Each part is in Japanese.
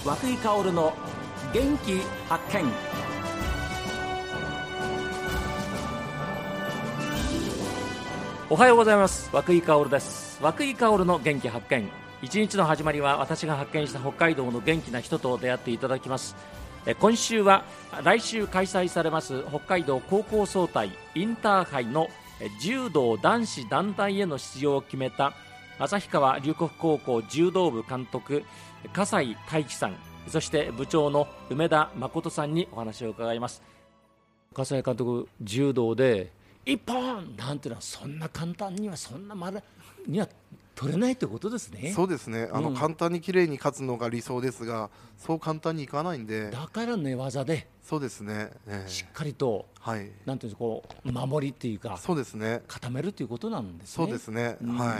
井香の元気発見。おはようございます。和井香です。和井香の元気発見。一日の始まりは私が発見した北海道の元気な人と出会っていただきます。今週は来週開催されます北海道高校総体インターハイの柔道男子団体への出場を決めた旭川龍谷高校柔道部監督笠井大樹さん、そして部長の梅田誠さんにお話を伺います。笠井監督、柔道で一本なんていうのはそんな簡単にはそんなまだには取れないってことですね。 そうですね、簡単に綺麗に勝つのが理想ですが、そう簡単にいかないんで、 だから寝技でそうですね、 しっかりと、 はい、 なんていうんですか、こう守りっていうか、 そうですね、 固めるということなんですそね。 うですね、はい、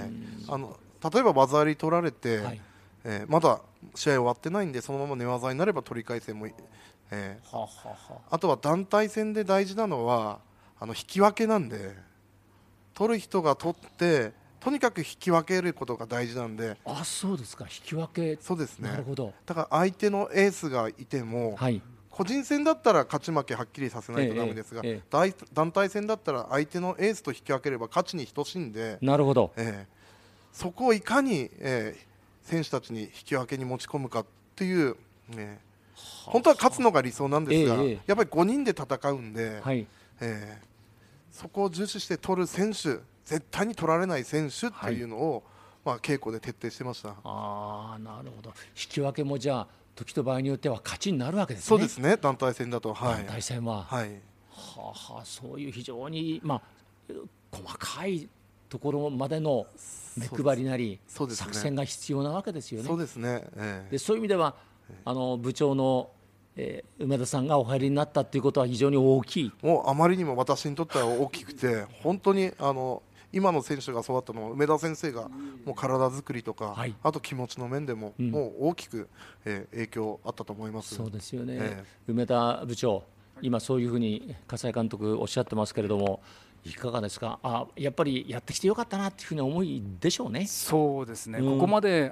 例えば技あり取られて、 はい、 まだ試合終わってないんでそのまま寝技になれば取り返せもあとは団体戦で大事なのは引き分けなんで、取る人が取ってとにかく引き分けることが大事なんで。 あ、そうですか、引き分け。 そうですね、 なるほど。 だから相手のエースがいても、はい、個人戦だったら勝ち負けはっきりさせないとダメですが、団体戦だったら相手のエースと引き分ければ勝ちに等しいんで。 なるほど、 そこをいかに、選手たちに引き分けに持ち込むかっていう、本当は勝つのが理想なんですが、やっぱり5人で戦うんで、はい、そこを重視して取る選手、絶対に取られない選手っていうのを、稽古で徹底してました。 あ、なるほど。引き分けもじゃあ時と場合によっては勝ちになるわけですね。 そうですね、団体戦だと、はい、 団体戦は、 はい、 そういう非常に、細かいところまでの目配りなり、作戦が必要なわけですよね。 そうですね、 でそういう意味では部長の梅田さんがお入りになったということは非常に大きい。 もうあまりにも私にとっては大きくて、本当に今の選手が育ったのは梅田先生がもう体作りとか、はい、あと気持ちの面でも、もう大きく、影響あったと思います。 そうですよね、梅田部長、今そういうふうに笠井監督おっしゃってますけれども、いかがですか。やっぱりやってきてよかったなというふうに思いでしょうね。 そうですね、ここまで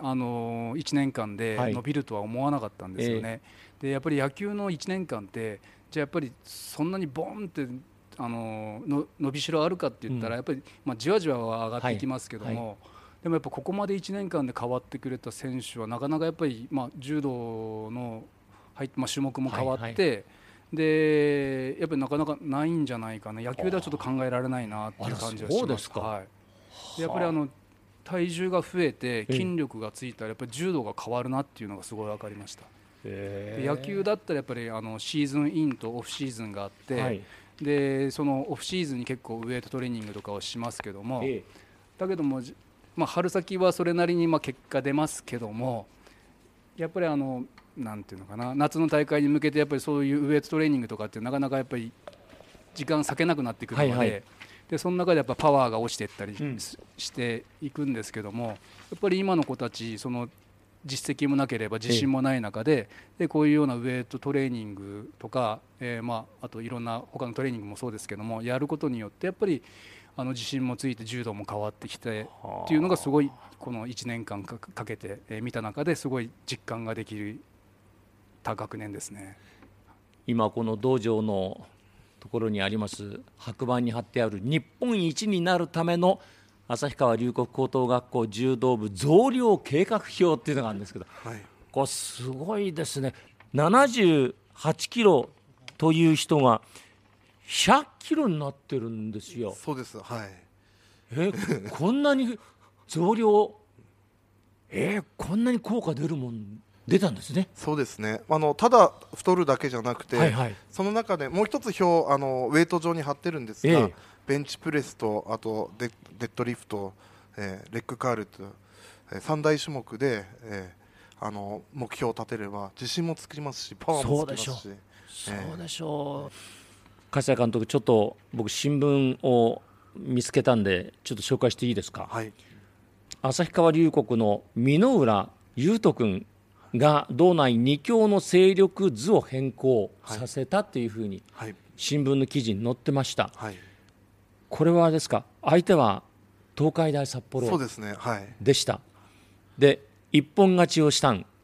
1年間で伸びるとは思わなかったんですよね。でやっぱり野球の1年間ってじゃあやっぱりそんなにボンって伸びしろあるかって言ったら、やっぱり、じわじわは上がってきますけども、はい、でもやっぱここまで1年間で変わってくれた選手はなかなかやっぱり、柔道の、種目も変わって、はいはい、でやっぱりなかなかないんじゃないかな、野球ではちょっと考えられないなっていう感じはします。 そうですか。 はい、でやっぱり体重が増えて筋力がついたらやっぱり柔道が変わるなっていうのがすごい分かりました。で野球だったらやっぱりシーズンインとオフシーズンがあって、はい、でそのオフシーズンに結構ウエイトトレーニングとかをしますけども、だけども、春先はそれなりに結果出ますけども、やっぱりなんていうのかな、夏の大会に向けてやっぱりそういうウエイトトレーニングとかってなかなかやっぱり時間割けなくなってくるので、はいはい、でその中でやっぱパワーが落ちていったりしていくんですけども、やっぱり今の子たちその実績もなければ自信もない中で、こういうようなウエイトトレーニングとか、あといろんな他のトレーニングもそうですけどもやることによってやっぱり自信もついて柔道も変わってきてっていうのがすごいこの1年間かけて見た中ですごい実感ができた学年ですね。 今この道場のところにあります白板に貼ってある日本一になるための旭川龍谷高等学校柔道部増量計画表っていうのがあるんですけど、はい、これすごいですね。78キロという人が100キロになってるんですよ。 そうです、はい。 こんなに増量、こんなに効果出るもん出たんですね。 そうですね、ただ太るだけじゃなくて、はいはい、その中でもう一つ表ウエイト上に貼ってるんですが、ベンチプレスとあとデッドリフト、レッグカールと、3大種目で、目標を立てれば自信もつきますしパワーもつきますし。 そうでしょう。笠井監督、ちょっと僕新聞を見つけたんでちょっと紹介していいですか。はい、旭川龍谷の箕浦優斗君が道内2強の勢力図を変更させたというふうに新聞の記事に載ってました。はい、これはですか、相手は東海大札幌でした。で一本勝ちをしたん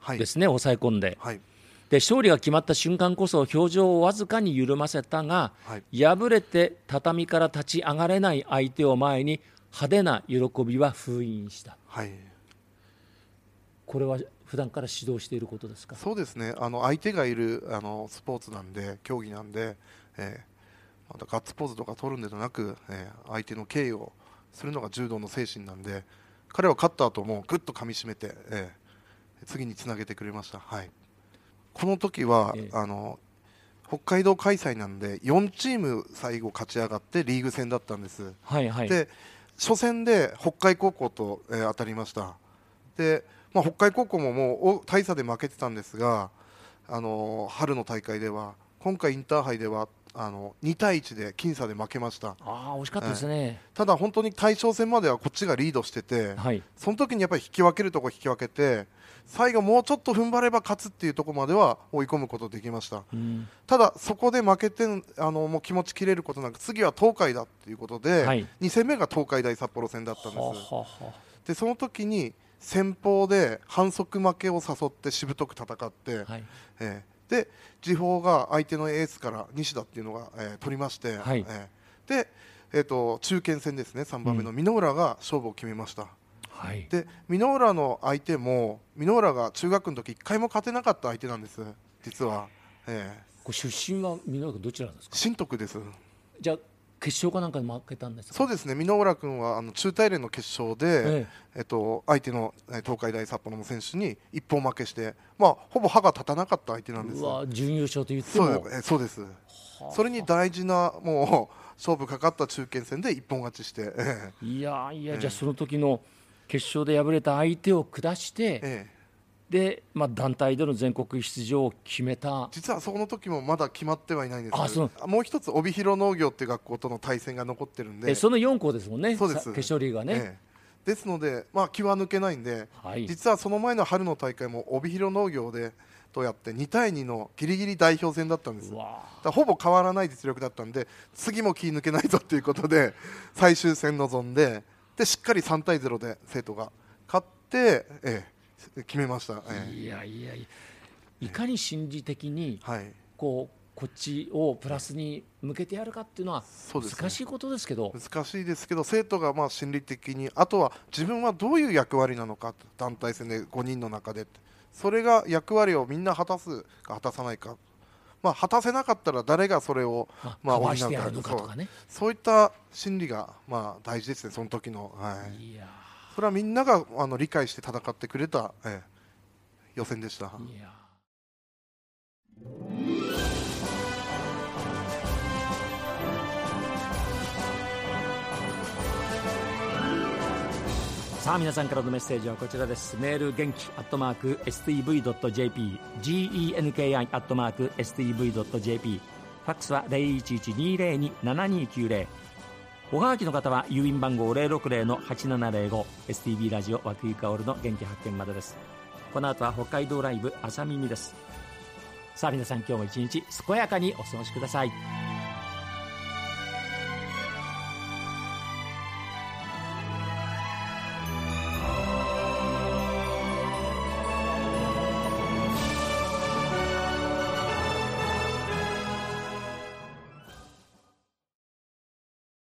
ですね、抑え込んで、 はい、 で勝利が決まった瞬間こそ表情をわずかに緩ませたが、はい、敗れて畳から立ち上がれない相手を前に派手な喜びは封印した、 はい、 これは普段から指導していることですか？ そうですね、相手がいるスポーツなんで、競技なんで、またガッツポーズとか取るんではなく、相手の敬意をするのが柔道の精神なんで、彼は勝った後もぐっと噛みしめて、次につなげてくれました。はい、この時は、北海道開催なんで4チーム最後勝ち上がってリーグ戦だったんです、 はいはい、 で初戦で北海高校と、当たりました。で、北海高校ももう大差で負けてたんですが、春の大会では今回インターハイでは2対1で僅差で負けました。 惜しかったですね、 ただ本当に大将戦まではこっちがリードしてて、はい、その時にやっぱり引き分けるところ引き分けて、最後もうちょっと踏ん張れば勝つっていうところまでは追い込むことできました、ただそこで負けてもう気持ち切れることなく、次は東海だっていうことで、はい、2戦目が東海大札幌戦だったんです。でその時に先鋒で反則負けを誘ってしぶとく戦って、はい、で時報が相手のエースから西田っていうのが、取りまして、はい、で、中堅戦ですね、3番目の箕浦が勝負を決めました、はい、で箕浦の相手も箕浦が中学の時1回も勝てなかった相手なんです、実は。 これ出身は箕浦君どちらなんですか？ 新徳です。 じゃあ決勝かなんかで負けたんですか？ そうですね、箕浦君は中大連の決勝で、相手の東海大札幌の選手に一本負けして、ほぼ歯が立たなかった相手なんです。 準優勝と言ってもそうです。それに大事なもう勝負かかった中堅戦で一本勝ちして、 いや、じゃあその時の決勝で敗れた相手を下して、で団体での全国出場を決めた。 実はその時もまだ決まってはいないんですけど、もう一つ帯広農業っていう学校との対戦が残ってるんで、 その4校ですもんね。 そうです、 決勝リーグがね、 ですので、気は抜けないんで、はい、実はその前の春の大会も帯広農業でとやって2対2のギリギリ代表戦だったんです。だほぼ変わらない実力だったんで、次も気抜けないぞということで最終戦臨んで、しっかり3対0で生徒が勝って、決めました。 いかに心理的にこっちをプラスに向けてやるかっていうのは難しいことですけど、 難しいですけど、生徒が心理的に、あとは自分はどういう役割なのか、団体戦で5人の中で、それが役割をみんな果たすか果たさないか、果たせなかったら誰がそれをカバーしてやるのかとかね、 そういった心理が大事ですね、その時の。それはみんなが理解して戦ってくれた、予選でした。 さあ皆さんからのメッセージはこちらです。メール元気@stv.jp、 genki@stv.jp、 ファックスは 0112027290。おはがきの方は郵便番号 060-8705 STB ラジオ和久井薫の元気発見までです。この後は北海道ライブ朝耳です。さあ皆さん、今日も一日健やかにお過ごしください。